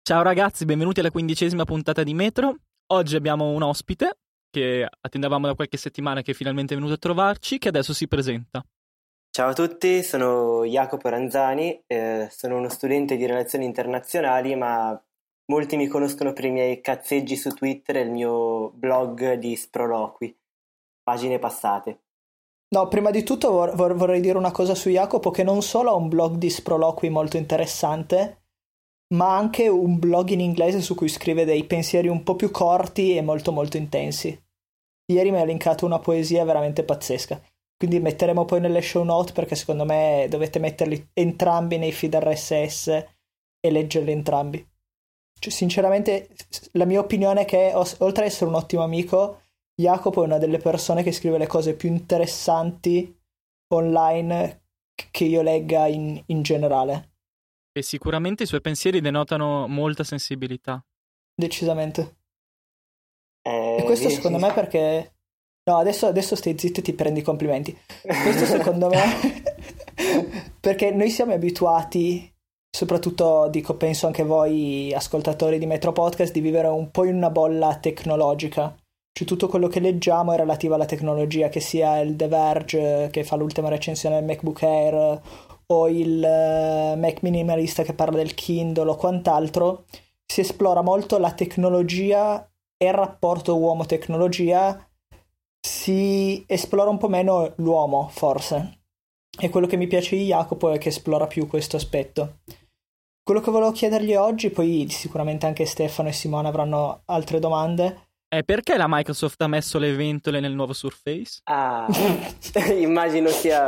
Ciao ragazzi, benvenuti alla 15ª puntata di Metro. Oggi abbiamo un ospite che attendevamo da qualche settimana, che è finalmente venuto a trovarci, che adesso si presenta. Ciao a tutti, sono Jacopo Ranzani, sono uno studente di relazioni internazionali, ma molti mi conoscono per i miei cazzeggi su Twitter e il mio blog di sproloqui, pagine passate. No, prima di tutto vorrei dire una cosa su Jacopo, che non solo ha un blog di sproloqui molto interessante, ma anche un blog in inglese su cui scrive dei pensieri un po' più corti e molto molto intensi. Ieri mi ha linkato una poesia veramente pazzesca, quindi metteremo poi nelle show note, perché secondo me dovete metterli entrambi nei feed RSS e leggerli entrambi. Cioè, sinceramente, la mia opinione è che, oltre ad essere un ottimo amico, Jacopo è una delle persone che scrive le cose più interessanti online che io legga in generale. E sicuramente i suoi pensieri denotano molta sensibilità. Decisamente. E questo secondo me perché... No, adesso stai zitto e ti prendi i complimenti. Questo secondo me perché noi siamo abituati, soprattutto dico, penso anche voi ascoltatori di Metro Podcast, di vivere un po' in una bolla tecnologica. Cioè tutto quello che leggiamo è relativo alla tecnologia, che sia il The Verge che fa l'ultima recensione del MacBook Air o il Mac Minimalista che parla del Kindle o quant'altro. Si esplora molto la tecnologia e il rapporto uomo-tecnologia, si esplora un po' meno l'uomo, forse. E quello che mi piace di Jacopo è che esplora più questo aspetto. Quello che volevo chiedergli oggi, poi sicuramente anche Stefano e Simone avranno altre domande. Perché la Microsoft ha messo le ventole nel nuovo Surface? Immagino sia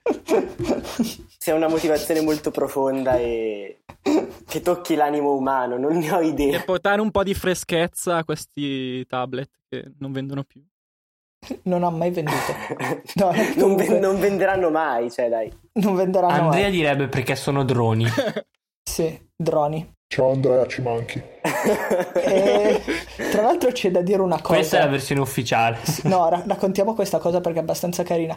una motivazione molto profonda e che tocchi l'animo umano, non ne ho idea. Per portare un po' di freschezza a questi tablet che non vendono più. Non ha mai venduto. No, non venderanno mai, cioè dai. Non venderanno Andrea mai. direbbe perché sono droni. Sì, droni. Ciao Andrea, ci manchi. E, tra l'altro c'è da dire una cosa. Questa è la versione ufficiale. No, raccontiamo questa cosa perché è abbastanza carina.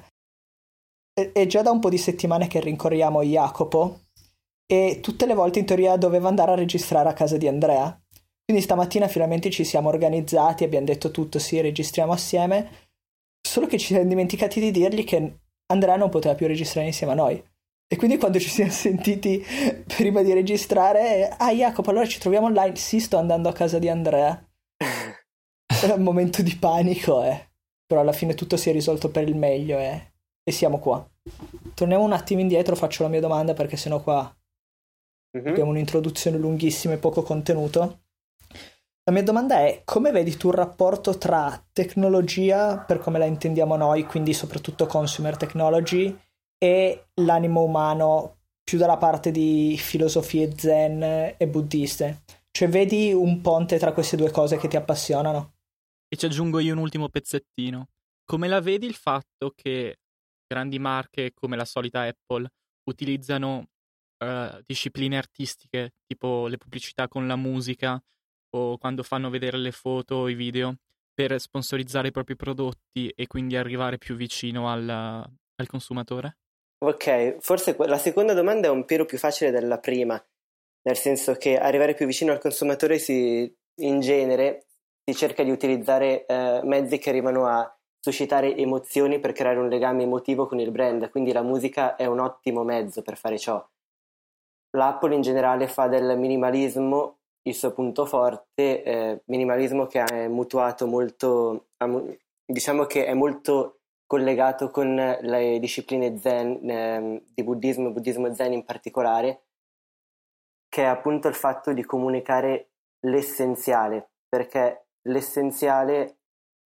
È già da un po' di settimane che rincorriamo Jacopo e tutte le volte in teoria doveva andare a registrare a casa di Andrea. Quindi stamattina finalmente ci siamo organizzati, abbiamo detto tutto, sì, registriamo assieme. Solo che ci siamo dimenticati di dirgli che Andrea non poteva più registrare insieme a noi. E quindi quando ci siamo sentiti prima di registrare, Jacopo, allora ci troviamo online? Sì, sto andando a casa di Andrea. Era un momento di panico, però alla fine tutto si è risolto per il meglio e siamo qua. Torniamo un attimo indietro, faccio la mia domanda perché sennò qua abbiamo un'introduzione lunghissima e poco contenuto. La mia domanda è: come vedi tu il rapporto tra tecnologia, per come la intendiamo noi, quindi soprattutto consumer technology, e l'animo umano più dalla parte di filosofie zen e buddiste? Cioè vedi un ponte tra queste due cose che ti appassionano? E ci aggiungo io un ultimo pezzettino. Come la vedi il fatto che grandi marche come la solita Apple utilizzano discipline artistiche, tipo le pubblicità con la musica o quando fanno vedere le foto o i video, per sponsorizzare i propri prodotti e quindi arrivare più vicino al consumatore? Ok, forse la seconda domanda è un pelo più facile della prima, nel senso che arrivare più vicino al consumatore in genere si cerca di utilizzare mezzi che arrivano a suscitare emozioni per creare un legame emotivo con il brand, quindi la musica è un ottimo mezzo per fare ciò. L'Apple in generale fa del minimalismo il suo punto forte, minimalismo che è mutuato molto, diciamo che è molto collegato con le discipline zen, di buddismo zen in particolare, che è appunto il fatto di comunicare l'essenziale, perché l'essenziale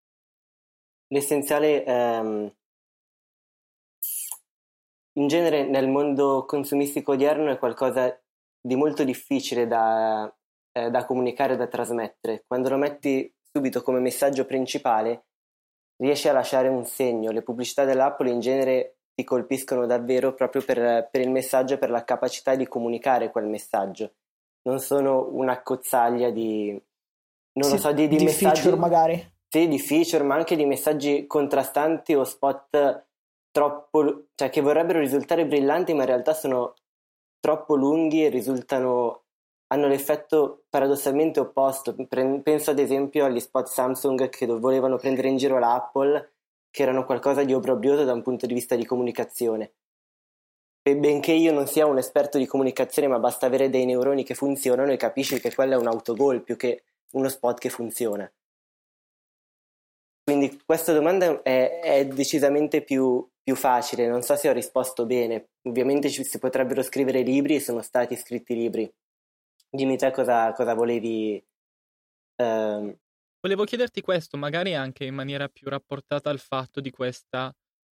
in genere nel mondo consumistico odierno è qualcosa di molto difficile da comunicare, da trasmettere. Quando lo metti subito come messaggio principale riesci a lasciare un segno. Le pubblicità dell'Apple in genere ti colpiscono davvero proprio per il messaggio e per la capacità di comunicare quel messaggio. Non sono una cozzaglia di messaggi, feature magari. Sì, di feature, ma anche di messaggi contrastanti o spot troppo, cioè che vorrebbero risultare brillanti ma in realtà sono troppo lunghi e risultano hanno l'effetto paradossalmente opposto. Penso ad esempio agli spot Samsung che volevano prendere in giro la Apple, che erano qualcosa di obbrobrioso da un punto di vista di comunicazione. E benché io non sia un esperto di comunicazione, ma basta avere dei neuroni che funzionano e capisci che quello è un autogol più che uno spot che funziona. Quindi questa domanda è decisamente più facile, non so se ho risposto bene. Ovviamente si potrebbero scrivere libri e sono stati scritti libri. Dimmi te cosa volevi... Volevo chiederti questo, magari anche in maniera più rapportata al fatto di questo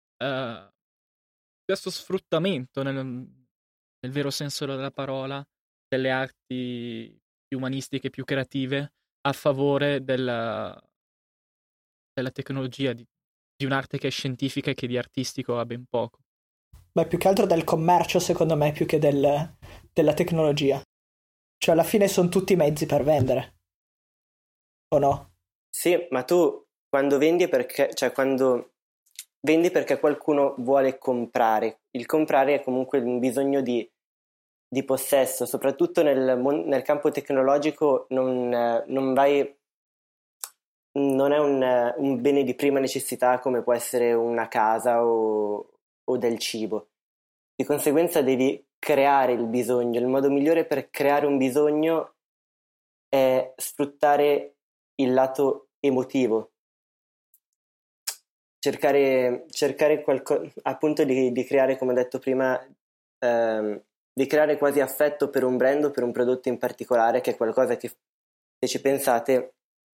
sfruttamento, nel vero senso della parola, delle arti più umanistiche, più creative, a favore della tecnologia, di un'arte che è scientifica e che di artistico ha ben poco. Beh, più che altro del commercio, secondo me, più che della tecnologia. Cioè, alla fine sono tutti mezzi per vendere. O no? Sì, ma tu quando vendi quando vendi perché qualcuno vuole comprare. Il comprare è comunque un bisogno di possesso, soprattutto nel campo tecnologico non è un bene di prima necessità come può essere una casa o del cibo. Di conseguenza devi creare il bisogno. Il modo migliore per creare un bisogno è sfruttare il lato emotivo, cercare appunto di creare, come ho detto prima, di creare quasi affetto per un brand o per un prodotto in particolare, che è qualcosa che, se ci pensate,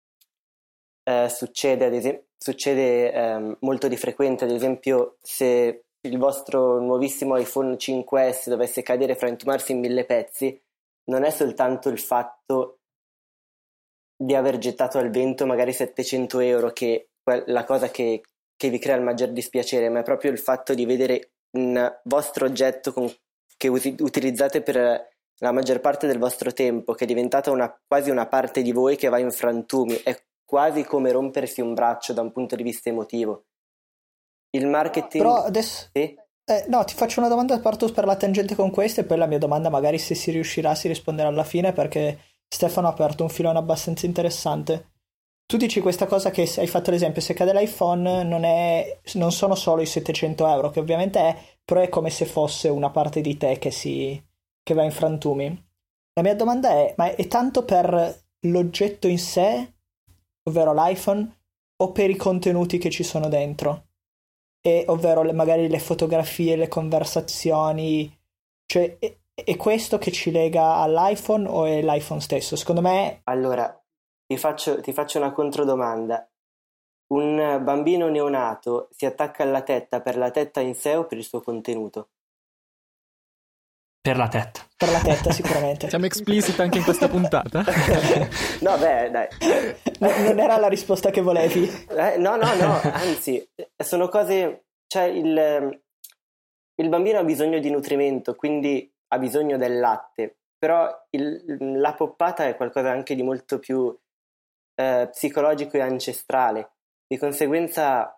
succede molto di frequente. Ad esempio, se il vostro nuovissimo iPhone 5S dovesse cadere e frantumarsi in 1000 pezzi, non è soltanto il fatto di aver gettato al vento magari 700 euro che la cosa che vi crea il maggior dispiacere, ma è proprio il fatto di vedere un vostro oggetto che utilizzate per la maggior parte del vostro tempo, che è diventata quasi una parte di voi, che va in frantumi. È quasi come rompersi un braccio da un punto di vista emotivo. Il marketing... Però adesso... Sì? No, ti faccio una domanda, parto per la tangente con questa e poi la mia domanda magari, se si riuscirà, si risponderà alla fine, perché Stefano ha aperto un filone abbastanza interessante. Tu dici questa cosa che hai fatto l'esempio, se cade l'iPhone non sono solo i 700 euro, che ovviamente è, però è come se fosse una parte di te che va in frantumi. La mia domanda è, ma è tanto per l'oggetto in sé, ovvero l'iPhone, o per i contenuti che ci sono dentro? Ovvero magari le fotografie, le conversazioni, cioè è questo che ci lega all'iPhone o è l'iPhone stesso? Secondo me... Allora, ti faccio una controdomanda. Un bambino neonato si attacca alla tetta per la tetta in sé o per il suo contenuto? Per la tetta. Per la tetta, sicuramente. Siamo explicit anche in questa puntata? No, beh, dai. Non era la risposta che volevi. No, anzi, sono cose... Cioè, il bambino ha bisogno di nutrimento, quindi ha bisogno del latte, però la poppata è qualcosa anche di molto più psicologico e ancestrale. Di conseguenza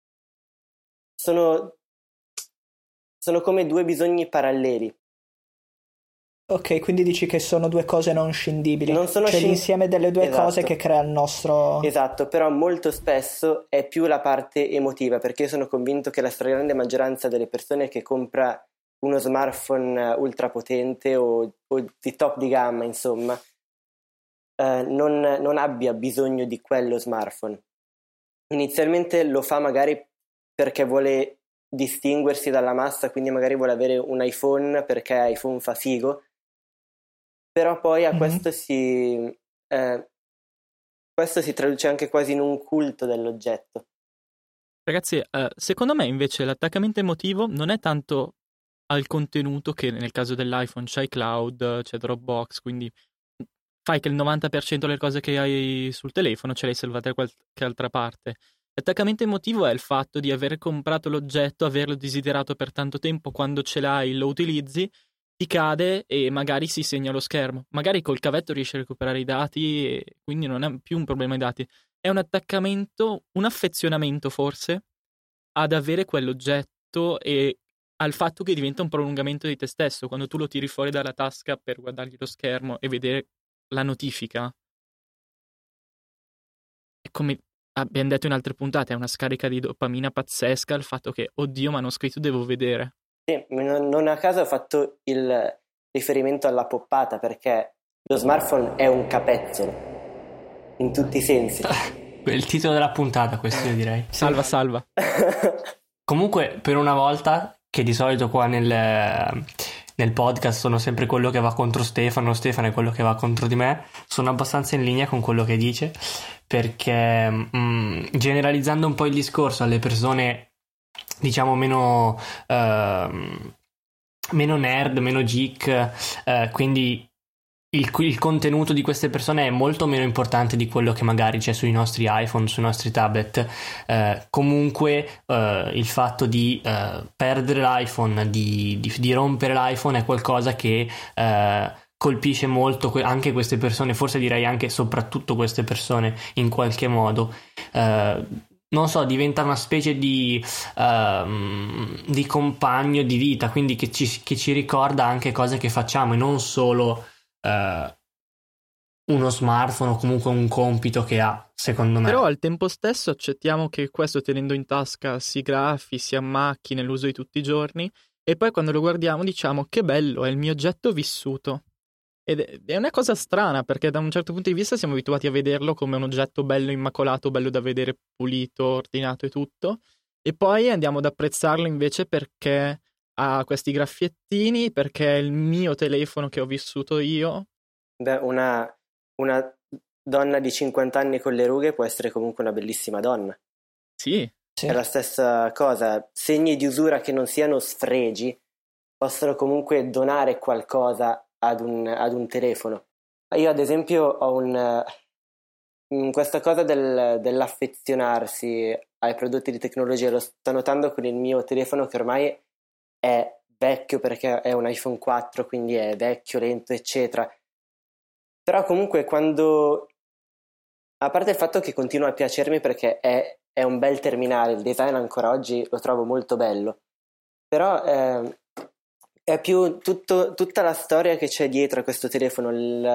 sono come due bisogni paralleli. Ok, quindi dici che sono due cose non scindibili. Non sono cioè l'insieme delle due Esatto. cose che crea il nostro... Esatto, però molto spesso è più la parte emotiva, perché io sono convinto che la stragrande maggioranza delle persone che compra uno smartphone ultra potente o di top di gamma, insomma, non abbia bisogno di quello smartphone. Inizialmente lo fa magari perché vuole distinguersi dalla massa, quindi magari vuole avere un iPhone perché iPhone fa figo, però poi a questo si traduce anche quasi in un culto dell'oggetto. Ragazzi, secondo me invece l'attaccamento emotivo non è tanto al contenuto, che nel caso dell'iPhone c'è iCloud, c'è Dropbox, quindi fai che il 90% delle cose che hai sul telefono ce le hai salvate da qualche altra parte. L'attaccamento emotivo è il fatto di aver comprato l'oggetto, averlo desiderato per tanto tempo, quando ce l'hai lo utilizzi, ti cade e magari si segna lo schermo. Magari col cavetto riesci a recuperare i dati e quindi non è più un problema i dati. È un attaccamento, un affezionamento forse, ad avere quell'oggetto e al fatto che diventa un prolungamento di te stesso. Quando tu lo tiri fuori dalla tasca per guardargli lo schermo e vedere la notifica, è come abbiamo detto in altre puntate, è una scarica di dopamina pazzesca il fatto che, oddio, mi hanno scritto, devo vedere. Sì, non a caso ho fatto il riferimento alla poppata, perché lo smartphone è un capezzolo in tutti i sensi. Il titolo della puntata, questo io direi. Salva. Comunque, per una volta, che di solito qua nel podcast sono sempre quello che va contro Stefano è quello che va contro di me, sono abbastanza in linea con quello che dice, perché generalizzando un po' il discorso alle persone, diciamo, meno nerd, meno geek, quindi il contenuto di queste persone è molto meno importante di quello che magari c'è sui nostri iPhone, sui nostri tablet. Comunque il fatto di perdere l'iPhone, di rompere l'iPhone è qualcosa che colpisce molto anche queste persone, forse direi anche soprattutto queste persone in qualche modo. Non so, diventa una specie di compagno di vita, quindi che ci ricorda anche cose che facciamo e non solo uno smartphone o comunque un compito che ha, secondo me. Però al tempo stesso accettiamo che questo, tenendo in tasca, si graffi, si ammacchi nell'uso di tutti i giorni, e poi quando lo guardiamo diciamo che bello, è il mio oggetto vissuto. Ed è una cosa strana, perché da un certo punto di vista siamo abituati a vederlo come un oggetto bello immacolato, bello da vedere, pulito, ordinato e tutto, e poi andiamo ad apprezzarlo invece perché ha questi graffiettini, perché è il mio telefono che ho vissuto io. Beh, una donna di 50 anni con le rughe può essere comunque una bellissima donna. Sì. È la stessa cosa. Segni di usura che non siano sfregi possono comunque donare qualcosa ad un telefono. Io ad esempio ho questa cosa dell'affezionarsi ai prodotti di tecnologia, lo sto notando con il mio telefono, che ormai è vecchio perché è un iPhone 4, quindi è vecchio, lento, eccetera. Però comunque quando, a parte il fatto che continua a piacermi perché è un bel terminale, il design ancora oggi lo trovo molto bello, però è più tutta la storia che c'è dietro a questo telefono,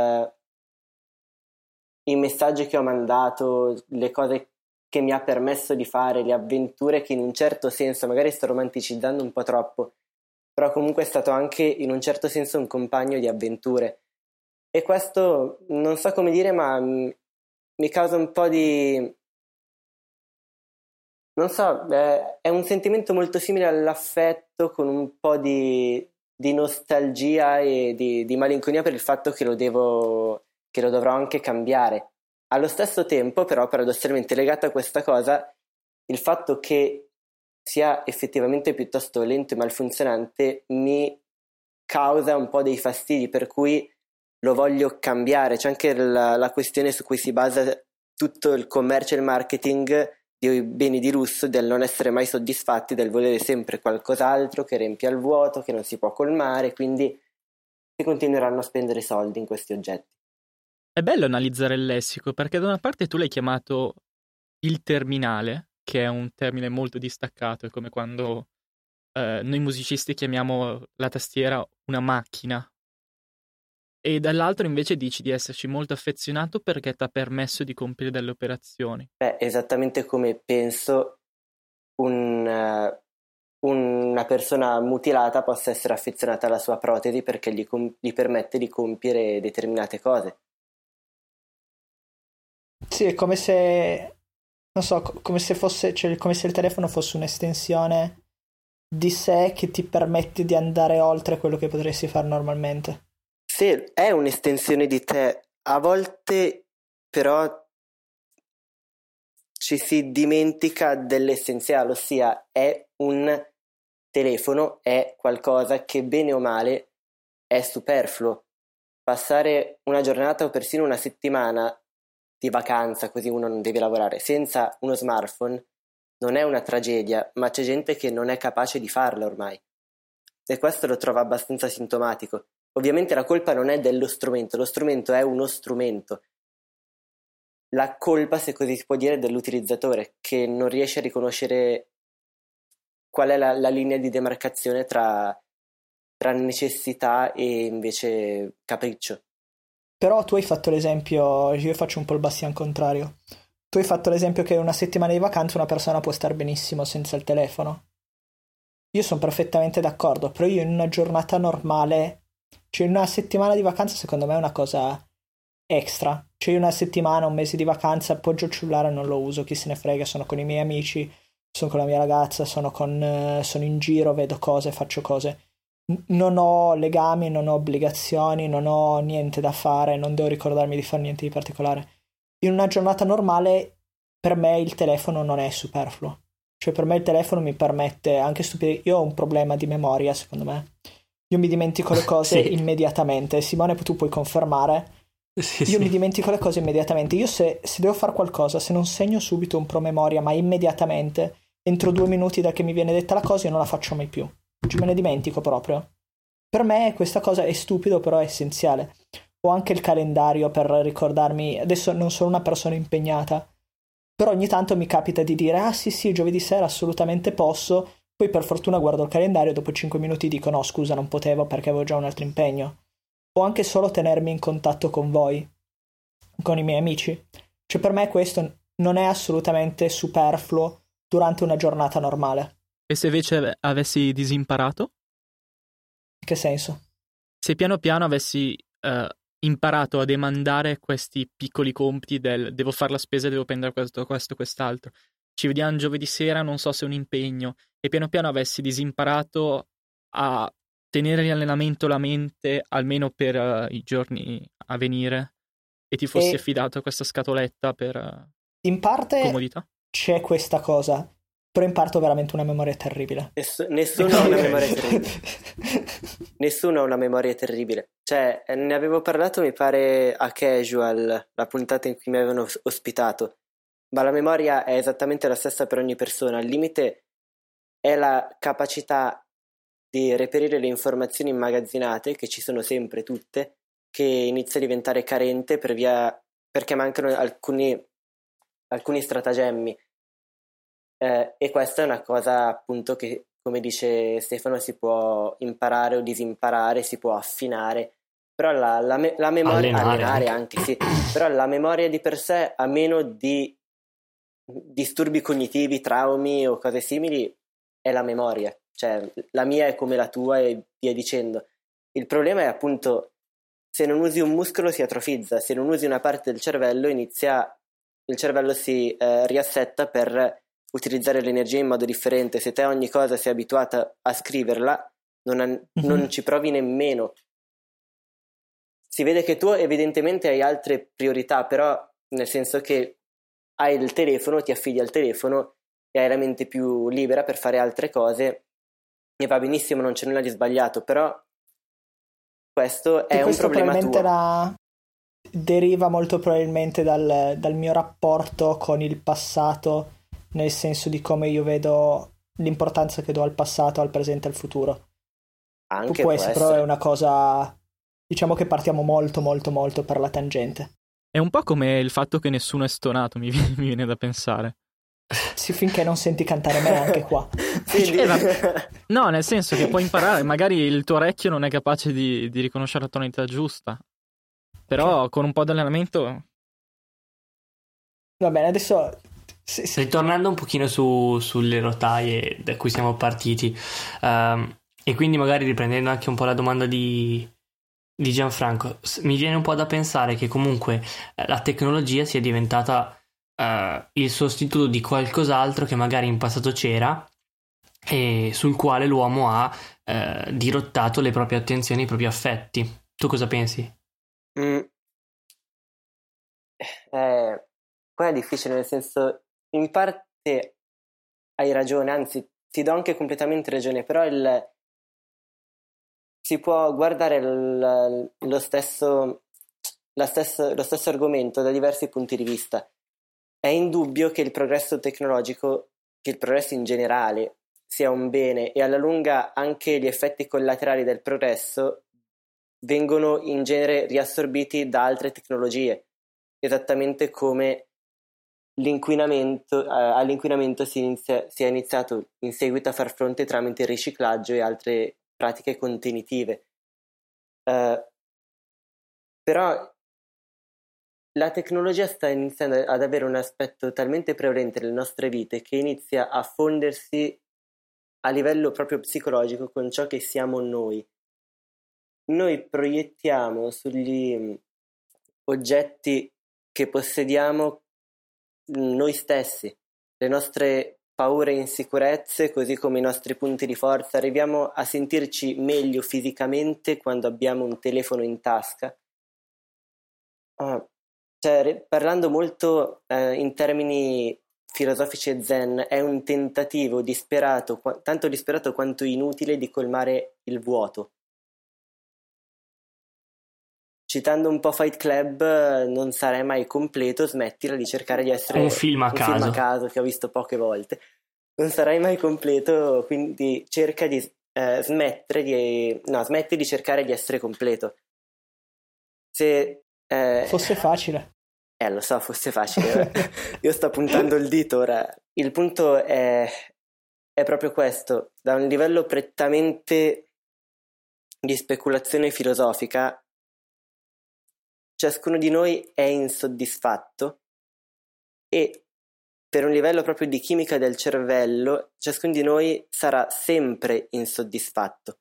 i messaggi che ho mandato, le cose che mi ha permesso di fare, le avventure che in un certo senso, magari sto romanticizzando un po' troppo, però comunque è stato anche in un certo senso un compagno di avventure. E questo, non so come dire, ma mi causa un po' di... non so, è un sentimento molto simile all'affetto, con un po' di nostalgia e di malinconia per il fatto che lo dovrò anche cambiare. Allo stesso tempo, però, paradossalmente legato a questa cosa, il fatto che sia effettivamente piuttosto lento e malfunzionante mi causa un po' dei fastidi, per cui lo voglio cambiare. C'è anche la questione su cui si basa tutto il commercio e il marketing dei beni di lusso, del non essere mai soddisfatti, del volere sempre qualcos'altro che riempia il vuoto, che non si può colmare, quindi si continueranno a spendere soldi in questi oggetti. È bello analizzare il lessico, perché da una parte tu l'hai chiamato il terminale, che è un termine molto distaccato, è come quando noi musicisti chiamiamo la tastiera una macchina, e dall'altro invece dici di esserci molto affezionato perché ti ha permesso di compiere delle operazioni. Esattamente come penso una persona mutilata possa essere affezionata alla sua protesi perché gli permette di compiere determinate cose. Sì, è come se, non so, come se fosse, cioè, come se il telefono fosse un'estensione di sé che ti permette di andare oltre quello che potresti fare normalmente. Sì, è un'estensione di te. A volte però ci si dimentica dell'essenziale, ossia è un telefono, è qualcosa che bene o male è superfluo. Passare una giornata o persino una settimana di vacanza, così uno non deve lavorare, senza uno smartphone non è una tragedia, ma c'è gente che non è capace di farla ormai. E questo lo trovo abbastanza sintomatico. Ovviamente la colpa non è dello strumento, lo strumento è uno strumento. La colpa, se così si può dire, è dell'utilizzatore, che non riesce a riconoscere qual è la linea di demarcazione tra necessità e invece capriccio. Però tu hai fatto l'esempio, io faccio un po' il bastian contrario. Tu hai fatto l'esempio che una settimana di vacanza una persona può star benissimo senza il telefono. Io sono perfettamente d'accordo, però io in una giornata normale, cioè in una settimana di vacanza secondo me è una cosa extra. Cioè una settimana, un mese di vacanza, appoggio il cellulare e non lo uso, chi se ne frega, sono con i miei amici, sono con la mia ragazza, sono in giro, vedo cose, faccio cose. Non ho legami, non ho obbligazioni, non ho niente da fare, non devo ricordarmi di fare niente di particolare. In una giornata normale per me il telefono non è superfluo. Cioè per me il telefono mi permette anche io ho un problema di memoria, secondo me. Io mi dimentico le cose Sì. immediatamente. Simone, tu puoi confermare. Io mi dimentico le cose immediatamente. Io se devo fare qualcosa, se non segno subito un promemoria, ma immediatamente, entro 2 minuti da che mi viene detta la cosa, io non la faccio mai più. Cioè me ne dimentico proprio. Per me questa cosa è stupido, però è essenziale. Ho anche il calendario per ricordarmi. Adesso non sono una persona impegnata, però ogni tanto mi capita di dire ah sì, giovedì sera assolutamente posso, poi per fortuna guardo il calendario e dopo 5 minuti dico no scusa non potevo perché avevo già un altro impegno. O anche solo tenermi in contatto con voi, con i miei amici. Cioè per me questo non è assolutamente superfluo durante una giornata normale. E se invece avessi disimparato? In che senso? Se piano piano avessi imparato a demandare questi piccoli compiti del devo fare la spesa, devo prendere questo, quest'altro. Ci vediamo giovedì sera, non so se è un impegno. E piano piano avessi disimparato a tenere in allenamento la mente almeno per i giorni a venire e ti fossi affidato a questa scatoletta per in parte comodità. C'è questa cosa, però in parte ho veramente una memoria terribile. Nessuno ha una memoria terribile. Nessuno ha una memoria terribile. Cioè, ne avevo parlato, mi pare, a Casual, la puntata in cui mi avevano ospitato. Ma la memoria è esattamente la stessa per ogni persona. Il limite è la capacità di reperire le informazioni immagazzinate, che ci sono sempre tutte, che inizia a diventare carente perché mancano alcuni stratagemmi. E questa è una cosa appunto che, come dice Stefano, si può imparare o disimparare, si può affinare, però la memoria allenare anche sì, però la memoria di per sé, a meno di disturbi cognitivi, traumi o cose simili, è la memoria. Cioè la mia è come la tua e via dicendo. Il problema è appunto se non usi un muscolo si atrofizza, se non usi una parte del cervello il cervello si riassetta per utilizzare l'energia in modo differente. Se te ogni cosa sei abituata a scriverla, non ci provi nemmeno. Si vede che tu evidentemente hai altre priorità, però nel senso che hai il telefono, ti affidi al telefono e hai la mente più libera per fare altre cose e va benissimo, non c'è nulla di sbagliato, però questo è un problema tuo. Deriva molto probabilmente dal mio rapporto con il passato, nel senso di come io vedo l'importanza che do al passato, al presente e al futuro. Anche può essere, però è una cosa, diciamo che partiamo molto molto molto per la tangente. È un po' come il fatto che nessuno è stonato, mi viene da pensare. Sì, finché non senti cantare me anche qua. No, nel senso che puoi imparare, magari il tuo orecchio non è capace di riconoscere la tonalità giusta, però con un po' di allenamento... Va bene, adesso... Ritornando un pochino sulle rotaie da cui siamo partiti, e quindi magari riprendendo anche un po' la domanda di Gianfranco, mi viene un po' da pensare che comunque la tecnologia sia diventata il sostituto di qualcos'altro che magari in passato c'era e sul quale l'uomo ha dirottato le proprie attenzioni, i propri affetti. Tu cosa pensi? Qua è difficile, nel senso, in parte hai ragione, anzi ti do anche completamente ragione, però si può guardare lo stesso argomento da diversi punti di vista. È indubbio che il progresso tecnologico, che il progresso in generale sia un bene, e alla lunga anche gli effetti collaterali del progresso vengono in genere riassorbiti da altre tecnologie, esattamente come all'inquinamento si è iniziato in seguito a far fronte tramite il riciclaggio e altre pratiche contenitive. Però la tecnologia sta iniziando ad avere un aspetto talmente prevalente nelle nostre vite che inizia a fondersi a livello proprio psicologico con ciò che siamo noi. Noi proiettiamo sugli oggetti che possediamo noi stessi, le nostre paure e insicurezze, così come i nostri punti di forza. Arriviamo a sentirci meglio fisicamente quando abbiamo un telefono in tasca. Parlando molto in termini filosofici e zen, è un tentativo disperato, tanto disperato quanto inutile, di colmare il vuoto. Citando un po' Fight Club, non sarai mai completo, smettila di cercare di essere un film a caso che ho visto poche volte. Non sarai mai completo, quindi cerca di smetti di cercare di essere completo. Se fosse facile. Lo so, fosse facile. Io sto puntando il dito ora. Il punto è proprio questo. Da un livello prettamente di speculazione filosofica, ciascuno di noi è insoddisfatto, e per un livello proprio di chimica del cervello, ciascuno di noi sarà sempre insoddisfatto.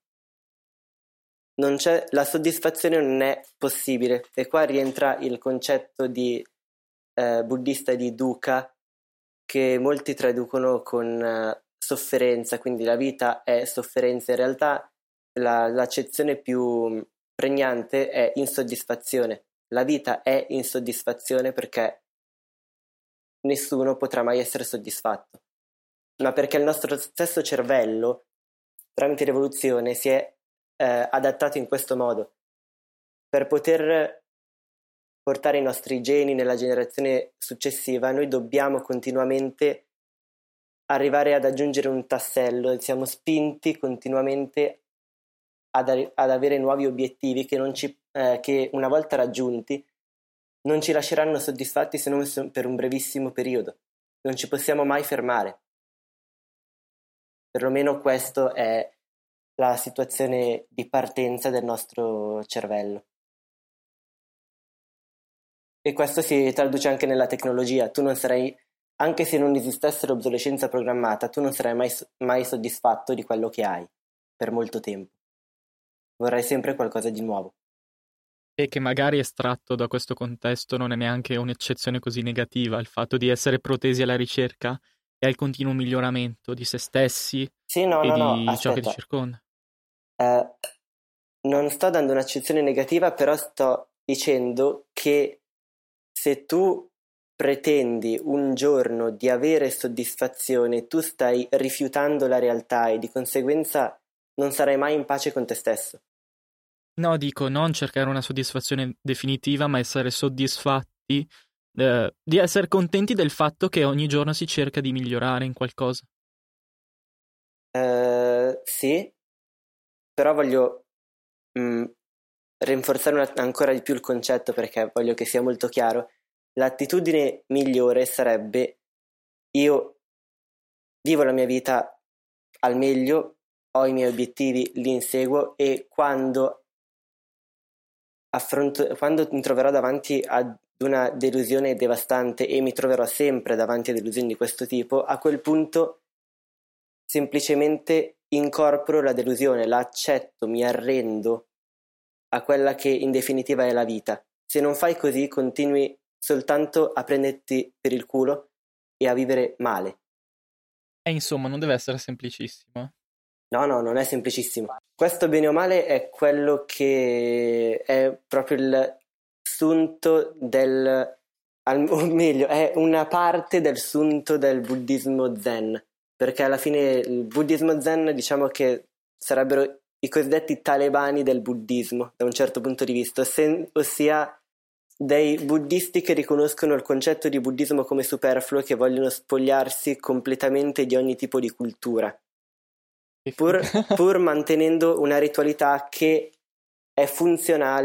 La soddisfazione non è possibile, e qua rientra il concetto buddista di dukkha, che molti traducono con sofferenza, quindi la vita è sofferenza. In realtà l'accezione più pregnante è insoddisfazione. La vita è insoddisfazione perché nessuno potrà mai essere soddisfatto, ma perché il nostro stesso cervello, tramite l'evoluzione, si è adattato in questo modo. Per poter portare i nostri geni nella generazione successiva, noi dobbiamo continuamente arrivare ad aggiungere un tassello, siamo spinti continuamente ad avere nuovi obiettivi che una volta raggiunti non ci lasceranno soddisfatti, se non per un brevissimo periodo. Non ci possiamo mai fermare. Perlomeno questo è la situazione di partenza del nostro cervello. E questo si traduce anche nella tecnologia. Tu non sarai, anche se non esistesse l'obsolescenza programmata, tu non sarai mai soddisfatto di quello che hai per molto tempo. Vorrai sempre qualcosa di nuovo. E che magari estratto da questo contesto non è neanche un'eccezione così negativa, il fatto di essere protesi alla ricerca e al continuo miglioramento di se stessi di ciò che ti circonda. Non sto dando un'accezione negativa, però sto dicendo che se tu pretendi un giorno di avere soddisfazione, tu stai rifiutando la realtà e di conseguenza non sarai mai in pace con te stesso. No, dico, non cercare una soddisfazione definitiva, ma essere soddisfatti, di essere contenti del fatto che ogni giorno si cerca di migliorare in qualcosa. Sì, però voglio rinforzare ancora di più il concetto, perché voglio che sia molto chiaro. L'attitudine migliore sarebbe: io vivo la mia vita al meglio, ho i miei obiettivi, li inseguo, e quando mi troverò davanti ad una delusione devastante, e mi troverò sempre davanti a delusioni di questo tipo, a quel punto semplicemente incorporo la delusione, la accetto, mi arrendo a quella che in definitiva è la vita. Se non fai così, continui soltanto a prenderti per il culo e a vivere male. Insomma, non deve essere semplicissimo. No, non è semplicissimo. Questo, bene o male, è quello che è proprio il sunto o meglio, è una parte del sunto del buddismo zen, perché alla fine il buddismo zen, diciamo che sarebbero i cosiddetti talebani del buddismo, da un certo punto di vista, ossia dei buddisti che riconoscono il concetto di buddismo come superfluo e che vogliono spogliarsi completamente di ogni tipo di cultura, pur mantenendo una ritualità che è funzionale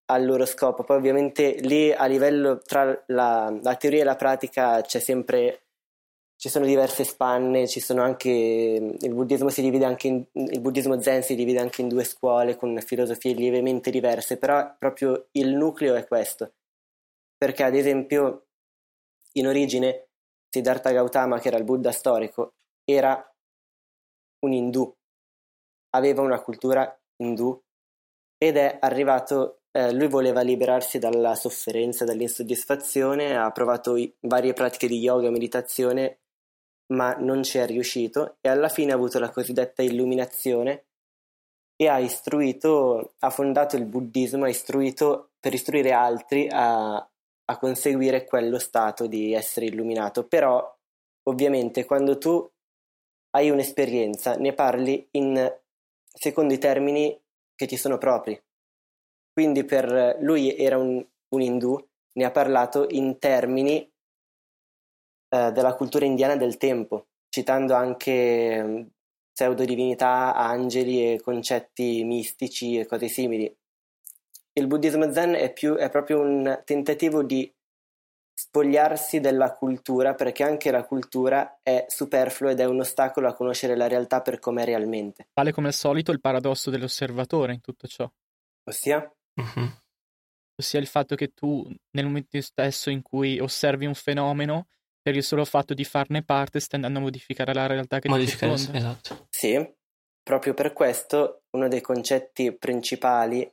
al loro scopo. Poi ovviamente lì a livello tra la teoria e la pratica ci sono diverse spanne, ci sono anche il buddismo il buddismo zen si divide anche in due scuole con filosofie lievemente diverse, però proprio il nucleo è questo. Perché ad esempio in origine Siddhartha Gautama, che era il Buddha storico, era un indù, aveva una cultura indù ed è arrivato, lui voleva liberarsi dalla sofferenza, dall'insoddisfazione, ha provato varie pratiche di yoga e meditazione, ma non ci è riuscito e alla fine ha avuto la cosiddetta illuminazione e ha fondato il buddismo, per istruire altri a conseguire quello stato di essere illuminato. Però ovviamente quando tu hai un'esperienza ne parli secondo i termini che ti sono propri. Quindi per lui era un indù, ne ha parlato in termini della cultura indiana del tempo, citando anche pseudodivinità, angeli e concetti mistici e cose simili. Il buddismo zen è proprio un tentativo di spogliarsi della cultura, perché anche la cultura è superflua ed è un ostacolo a conoscere la realtà per com'è realmente. Vale come al solito il paradosso dell'osservatore in tutto ciò. Ossia? Ossia il fatto che tu, nel momento stesso in cui osservi un fenomeno, per il solo fatto di farne parte, stai andando a modificare la realtà che ti circonda. Esatto. Sì, proprio per questo uno dei concetti principali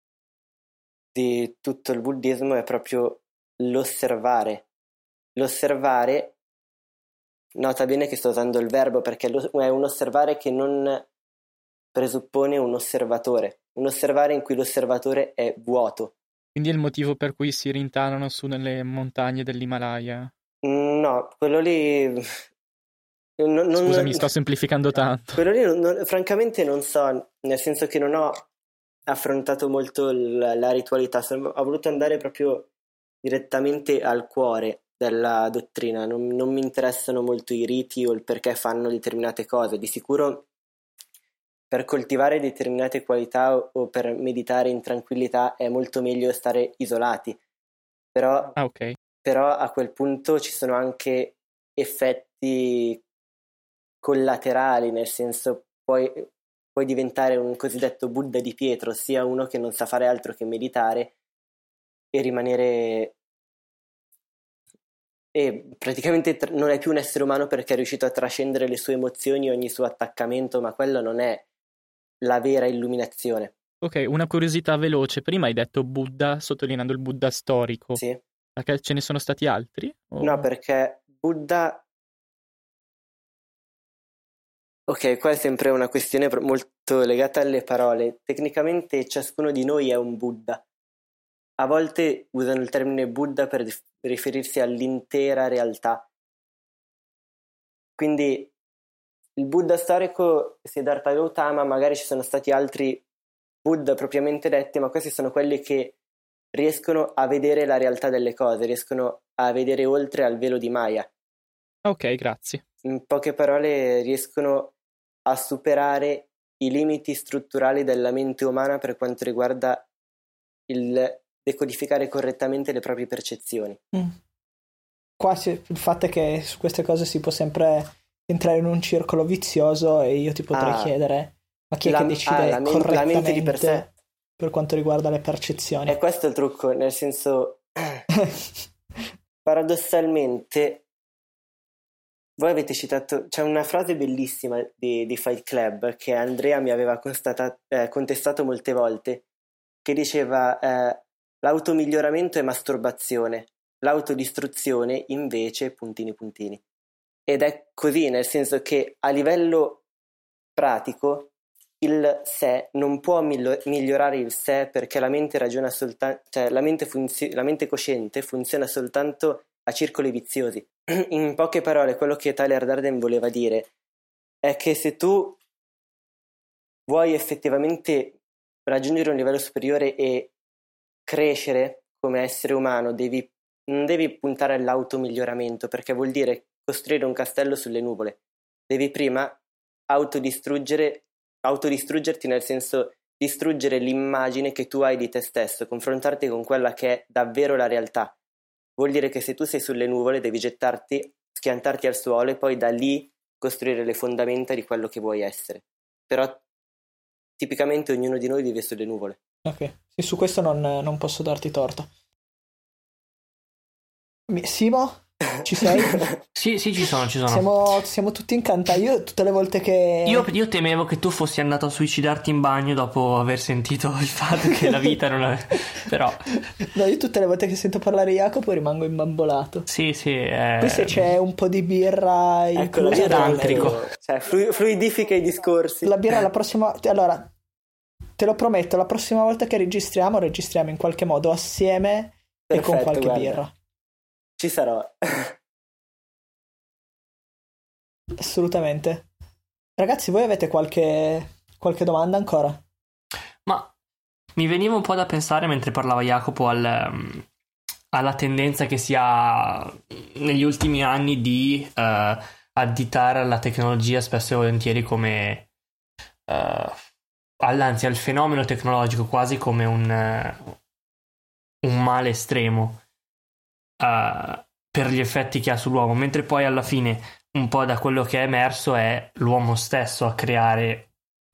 di tutto il buddismo è proprio l'osservare. L'osservare, nota bene che sto usando il verbo perché è un osservare che non presuppone un osservatore in cui l'osservatore è vuoto. Quindi è il motivo per cui si rintanano su nelle montagne dell'Himalaya. No, quello lì... Scusami, sto semplificando tanto. Quello lì francamente non so, nel senso che non ho affrontato molto la ritualità, ho voluto andare proprio direttamente al cuore della dottrina, non mi interessano molto i riti o il perché fanno determinate cose. Di sicuro per coltivare determinate qualità o per meditare in tranquillità è molto meglio stare isolati, però a quel punto ci sono anche effetti collaterali, nel senso puoi diventare un cosiddetto Buddha di pietra, ossia uno che non sa fare altro che meditare e rimanere e praticamente non è più un essere umano perché è riuscito a trascendere le sue emozioni, ogni suo attaccamento, ma quello non è la vera illuminazione. Ok, una curiosità veloce. Prima hai detto Buddha, sottolineando il Buddha storico. Sì. Perché ce ne sono stati altri? No, perché Buddha... Ok, qua è sempre una questione molto legata alle parole. Tecnicamente ciascuno di noi è un Buddha. A volte usano il termine Buddha per riferirsi all'intera realtà. Quindi il Buddha storico, Siddhartha Gautama, magari ci sono stati altri Buddha propriamente detti, ma questi sono quelli che riescono a vedere la realtà delle cose, riescono a vedere oltre al velo di Maya. Ok, grazie. In poche parole riescono a superare i limiti strutturali della mente umana per quanto riguarda il decodificare correttamente le proprie percezioni. Qua il fatto è che su queste cose si può sempre entrare in un circolo vizioso e io ti potrei chiedere ma chi è che decide correttamente la mente di per sé per quanto riguarda le percezioni? E questo è il trucco, nel senso paradossalmente voi avete citato, c'è una frase bellissima di Fight Club che Andrea mi aveva contestato molte volte, che diceva l'automiglioramento è masturbazione, l'autodistruzione invece puntini puntini. Ed è così, nel senso che a livello pratico il sé non può migliorare il sé perché la mente ragiona soltanto, cioè la mente cosciente funziona soltanto a circoli viziosi. In poche parole, quello che Tyler Durden voleva dire è che se tu vuoi effettivamente raggiungere un livello superiore e crescere come essere umano, non devi puntare all'automiglioramento, perché vuol dire costruire un castello sulle nuvole. Devi prima autodistruggerti, nel senso distruggere l'immagine che tu hai di te stesso, confrontarti con quella che è davvero la realtà. Vuol dire che se tu sei sulle nuvole devi gettarti, schiantarti al suolo e poi da lì costruire le fondamenta di quello che vuoi essere. Però tipicamente ognuno di noi vive sulle nuvole. Ok, sì, su questo non posso darti torto. Simo? Ci sei? Sì, ci sono. Siamo tutti incantati. Io tutte le volte che... Io temevo che tu fossi andato a suicidarti in bagno dopo aver sentito il fatto che la vita non è... Però... No, io tutte le volte che sento parlare Jacopo rimango imbambolato. Sì. Poi se c'è un po' di birra ecco, la inclusa... birra cioè, fluidifica i discorsi. La birra la prossima... Allora, te lo prometto, la prossima volta che registriamo in qualche modo assieme. Perfetto, e con qualche birra. Ci sarò. Assolutamente. Ragazzi, voi avete qualche domanda ancora? Ma mi veniva un po' da pensare mentre parlava Jacopo alla tendenza che si ha negli ultimi anni di additare alla tecnologia spesso e volentieri come anzi al fenomeno tecnologico quasi come un male estremo per gli effetti che ha sull'uomo, mentre poi alla fine un po' da quello che è emerso è l'uomo stesso a creare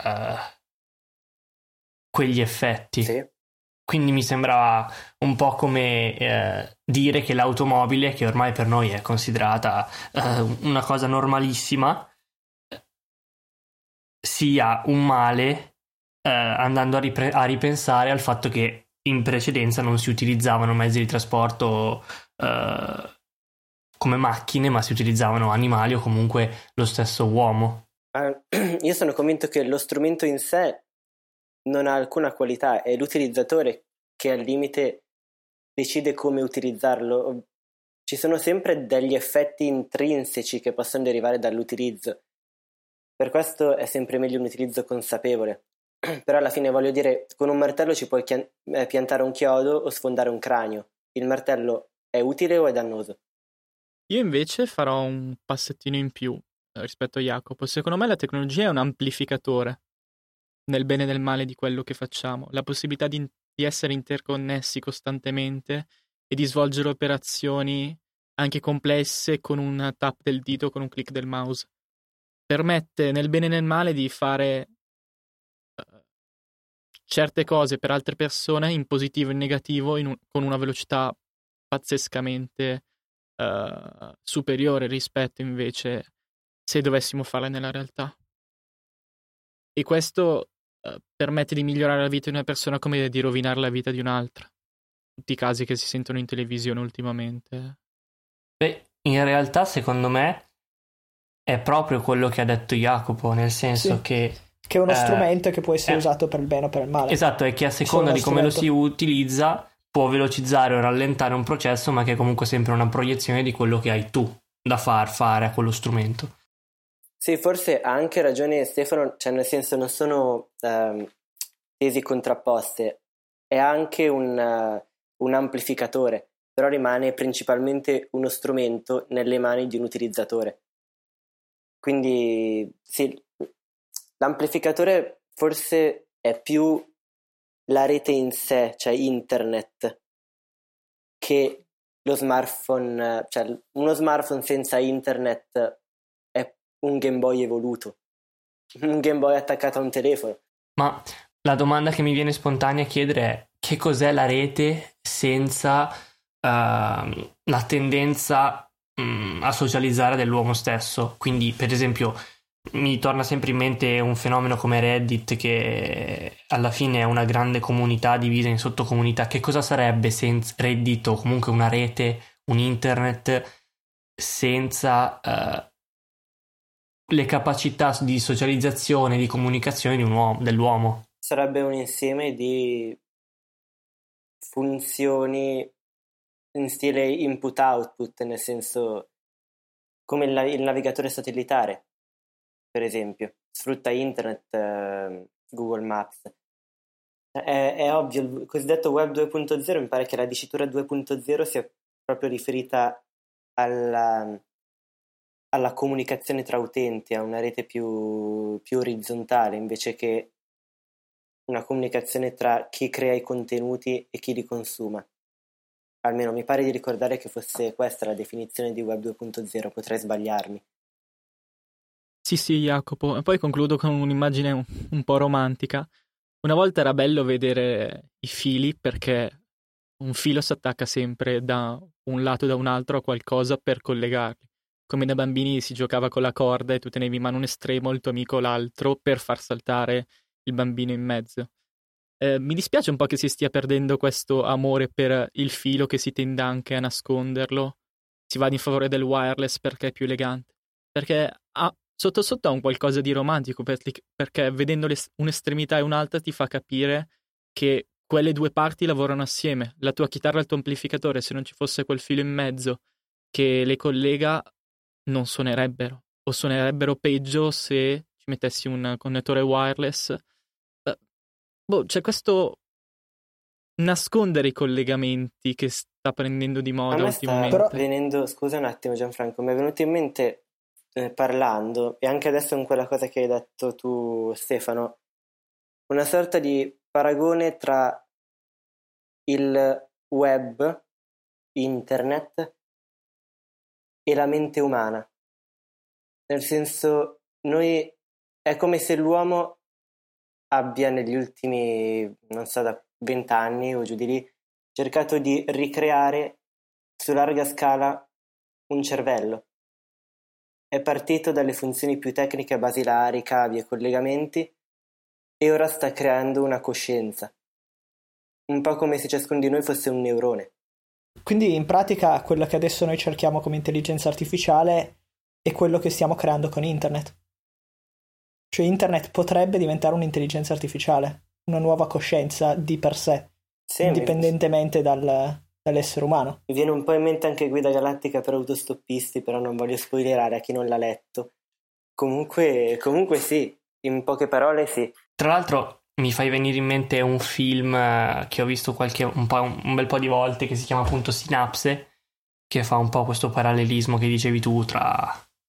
quegli effetti. Sì. Quindi mi sembrava un po' come dire che l'automobile, che ormai per noi è considerata una cosa normalissima, sia un male, andando a ripensare al fatto che in precedenza non si utilizzavano mezzi di trasporto come macchine, ma si utilizzavano animali o comunque lo stesso uomo. Io sono convinto che lo strumento in sé non ha alcuna qualità, è l'utilizzatore che al limite decide come utilizzarlo. Ci sono sempre degli effetti intrinseci che possono derivare dall'utilizzo. Per questo è sempre meglio un utilizzo consapevole. Però alla fine, voglio dire, con un martello ci puoi piantare un chiodo o sfondare un cranio. Il martello è utile o è dannoso? Io invece farò un passettino in più rispetto a Jacopo. Secondo me la tecnologia è un amplificatore nel bene e nel male di quello che facciamo. La possibilità di essere interconnessi costantemente e di svolgere operazioni anche complesse con un tap del dito, con un click del mouse. Permette nel bene e nel male di fare certe cose per altre persone in positivo e in negativo con una velocità pazzescamente superiore rispetto invece se dovessimo farle nella realtà. E questo permette di migliorare la vita di una persona come di rovinare la vita di un'altra. Tutti i casi che si sentono in televisione ultimamente. Beh, in realtà secondo me è proprio quello che ha detto Jacopo, nel senso che è uno strumento che può essere usato per il bene o per il male. Esatto, e che a seconda di come lo si utilizza può velocizzare o rallentare un processo, ma che è comunque sempre una proiezione di quello che hai tu da fare a quello strumento. Sì, forse ha anche ragione Stefano, cioè nel senso non sono tesi contrapposte, è anche un amplificatore, però rimane principalmente uno strumento nelle mani di un utilizzatore. Quindi sì, l'amplificatore forse è più la rete in sé, cioè internet, che lo smartphone, cioè uno smartphone senza internet è un Game Boy evoluto, un Game Boy attaccato a un telefono. Ma la domanda che mi viene spontanea a chiedere è: che cos'è la rete senza la tendenza a socializzare dell'uomo stesso? Quindi, per esempio, mi torna sempre in mente un fenomeno come Reddit, che alla fine è una grande comunità divisa in sottocomunità. Che cosa sarebbe senza Reddit, o comunque una rete, un internet, senza le capacità di socializzazione, di comunicazione dell'uomo? Sarebbe un insieme di funzioni in stile input-output, nel senso come il navigatore satellitare, per esempio, sfrutta internet, Google Maps. È ovvio, il cosiddetto web 2.0, mi pare che la dicitura 2.0 sia proprio riferita alla comunicazione tra utenti, a una rete più orizzontale, invece che una comunicazione tra chi crea i contenuti e chi li consuma. Almeno mi pare di ricordare che fosse questa la definizione di Web 2.0, potrei sbagliarmi. Sì, Jacopo. E poi concludo con un'immagine un po' romantica. Una volta era bello vedere i fili perché un filo si attacca sempre da un lato e da un altro a qualcosa per collegarli. Come da bambini si giocava con la corda e tu tenevi in mano un estremo e il tuo amico l'altro per far saltare il bambino in mezzo. Mi dispiace un po' che si stia perdendo questo amore per il filo, che si tenda anche a nasconderlo. Si va in favore del wireless perché è più elegante. Perché sotto sotto ha un qualcosa di romantico, perché vedendo un'estremità e un'altra ti fa capire che quelle due parti lavorano assieme. La tua chitarra e il tuo amplificatore, se non ci fosse quel filo in mezzo che le collega, non suonerebbero. O suonerebbero peggio se ci mettessi un connettore wireless. C'è questo nascondere i collegamenti che sta prendendo di moda ultimamente. Però venendo, scusa un attimo Gianfranco, mi è venuto in mente parlando, e anche adesso con quella cosa che hai detto tu Stefano, una sorta di paragone tra il web, internet e la mente umana. Nel senso, è come se l'uomo abbia negli ultimi, non so, da 20 anni o giù di lì, cercato di ricreare su larga scala un cervello. È partito dalle funzioni più tecniche basilari, cavi e collegamenti, e ora sta creando una coscienza. Un po' come se ciascuno di noi fosse un neurone. Quindi in pratica quello che adesso noi cerchiamo come intelligenza artificiale è quello che stiamo creando con internet. Cioè internet potrebbe diventare un'intelligenza artificiale, una nuova coscienza di per sé, sì, indipendentemente dall'essere umano. Mi viene un po' in mente anche Guida Galattica per autostoppisti, però non voglio spoilerare a chi non l'ha letto. Comunque sì, in poche parole sì. Tra l'altro mi fai venire in mente un film che ho visto un bel po' di volte, che si chiama appunto Sinapse, che fa un po' questo parallelismo che dicevi tu tra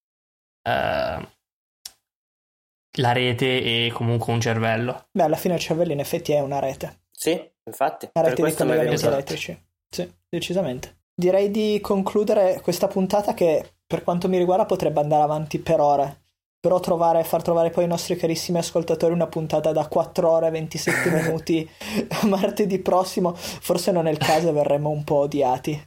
la rete e comunque un cervello. Beh, alla fine il cervello in effetti è una rete. Sì, infatti. Una rete di collegamenti elettrici. Sì, decisamente. Direi di concludere questa puntata che per quanto mi riguarda potrebbe andare avanti per ore. Però far trovare poi ai nostri carissimi ascoltatori una puntata da 4 ore e 27 minuti martedì prossimo, forse non è il caso e verremo un po' odiati.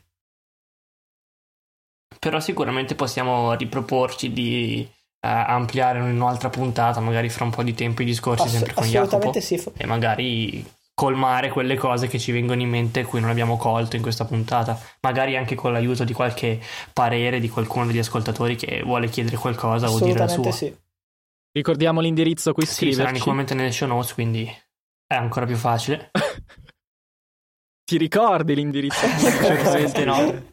Però sicuramente possiamo riproporci di ampliare in un'altra puntata, magari fra un po' di tempo, i discorsi sempre con Jacopo, sì. E magari colmare quelle cose che ci vengono in mente e cui non abbiamo colto in questa puntata, magari anche con l'aiuto di qualche parere di qualcuno degli ascoltatori che vuole chiedere qualcosa o dire la sua. Sì. Ricordiamo l'indirizzo a cui scriverci. Sì, sarà sicuramente nelle show notes, quindi è ancora più facile. Ti ricordi l'indirizzo? Presente no.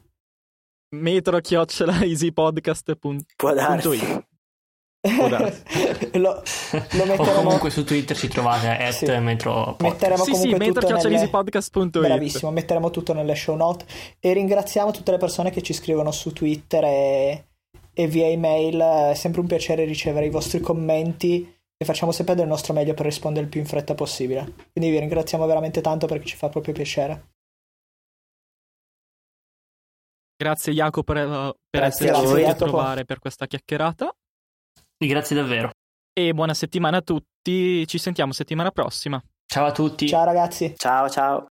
metro@easypodcast.it. Può darsi. Lo metteremo... O comunque su Twitter ci trovate sì. @metro. Metteremo comunque metro@easypodcast.it. Bravissimo, metteremo tutto nelle show note e ringraziamo tutte le persone che ci scrivono su Twitter e via email. È sempre un piacere ricevere i vostri commenti e facciamo sempre del nostro meglio per rispondere il più in fretta possibile. Quindi vi ringraziamo veramente tanto perché ci fa proprio piacere. Grazie Jacopo per esserci venuto a trovare per questa chiacchierata. Grazie davvero. E buona settimana a tutti, ci sentiamo settimana prossima. Ciao a tutti. Ciao ragazzi. Ciao.